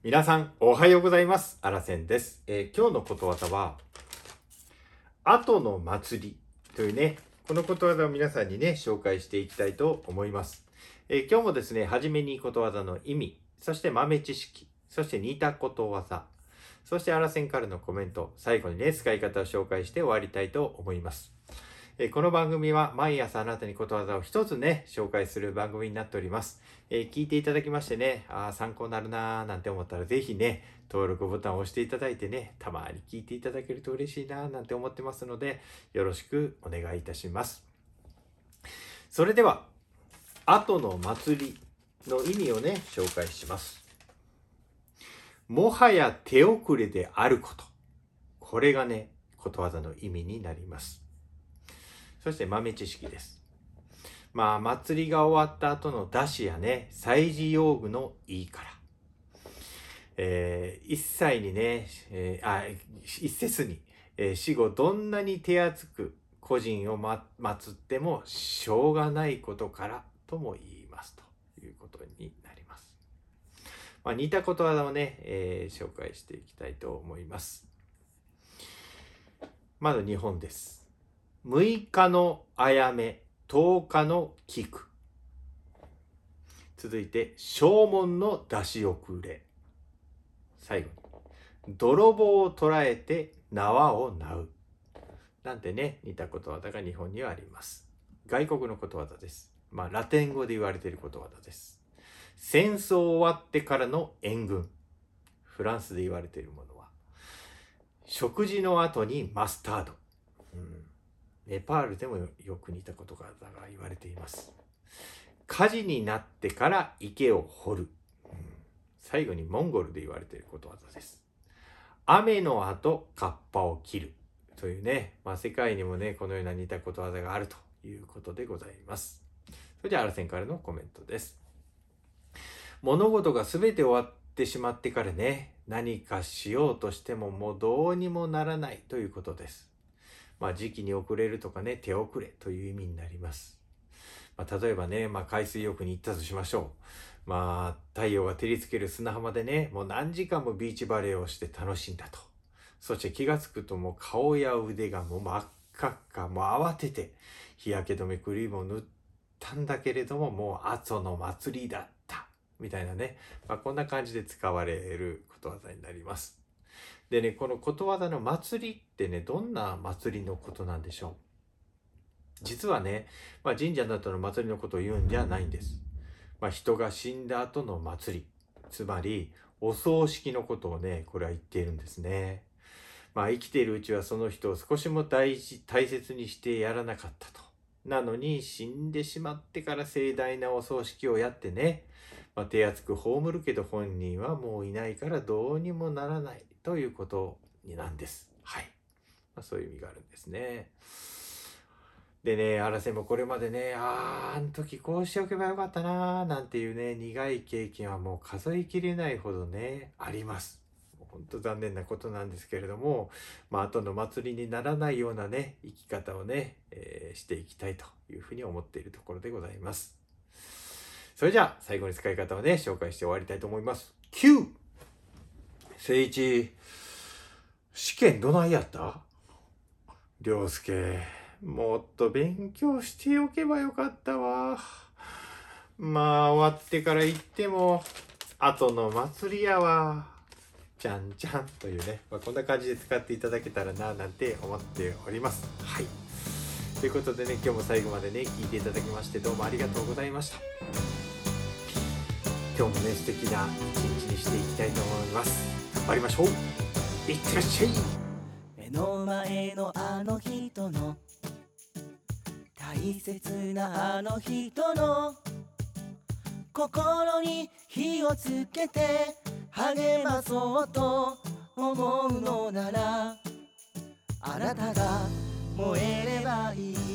皆さんおはようございます。あらせんです。今日のことわざは後の祭りというね、このことわざを皆さんにね紹介していきたいと思います。今日もですね、はじめにことわざの意味、そして豆知識、そして似たことわざ、そしてあらせんからのコメント、最後にね使い方を紹介して終わりたいと思います。この番組は毎朝あなたにことわざを一つね、紹介する番組になっております。聞いていただきましてね、参考になるなーなんて思ったらぜひね、登録ボタンを押していただいてね、たまに聞いていただけると嬉しいなーなんて思ってますので、よろしくお願いいたします。それでは、後の祭りの意味をね、紹介します。もはや手遅れであること。これがね、ことわざの意味になります。そして豆知識です。祭りが終わった後の出汁やね、祭事用具のいいから。一切にね、一節に、死後どんなに手厚く個人を祀ってもしょうがないことからとも言いますということになります。似たことわざをね、紹介していきたいと思います。まず日本です。6日のあやめ、10日の菊。続いて、正門の出し遅れ。最後に、泥棒を捕らえて縄をなう。なんてね、似たことわざが日本にはあります。外国のことわざです。ラテン語で言われていることわざです。戦争終わってからの援軍。フランスで言われているものは、食事の後にマスタード。ネパールでもよく似たことが言われています。火事になってから池を掘る。最後にモンゴルで言われていることわざです。雨の後、カッパを切る。というね、世界にもね、このような似たことわざがあるということでございます。それでは、あらせんからのコメントです。物事が全て終わってしまってからね、何かしようとしてももうどうにもならないということです。時期に遅れるとかね、手遅れという意味になります。例えばね、海水浴に行ったとしましょう。太陽が照りつける砂浜でね、もう何時間もビーチバレーをして楽しんだと。そして気がつくともう顔や腕がもう真っ赤っか、もう慌てて日焼け止めクリームを塗ったんだけれども、もう後の祭りだった。みたいなね、こんな感じで使われることわざになります。でね、このことわざの祭りってね、どんな祭りのことなんでしょう。実はね、神社などの祭りのことを言うんじゃないんです。人が死んだ後の祭り、つまりお葬式のことをね、これは言っているんですね。生きているうちはその人を少しも大切にしてやらなかったと。なのに死んでしまってから盛大なお葬式をやってね、手厚く葬るけど本人はもういないからどうにもならないということなんです。はい。そういう意味があるんですね。でね、あらせもこれまでね、あの時こうしておけばよかったなーなんていうね、苦い経験はもう数えきれないほどね、あります。本当残念なことなんですけれども、後の祭りにならないようなね、生き方をね、していきたいというふうに思っているところでございます。それじゃあ、最後に使い方をね、紹介して終わりたいと思います。9! 誠一、試験どないやった？涼介、もっと勉強しておけばよかったわ。終わってから行っても、後の祭りやわ。じゃんじゃんというね、こんな感じで使っていただけたらななんて思っております。はい。ということでね、今日も最後までね、聞いていただきましてどうもありがとうございました。今日もね、素敵な一日にしていきたいと思います。頑張りましょう。いってらっしゃい。 目の前のあの人の大切なあの人の心に火をつけて励まそうと思うのなら、あなたが燃えればいい。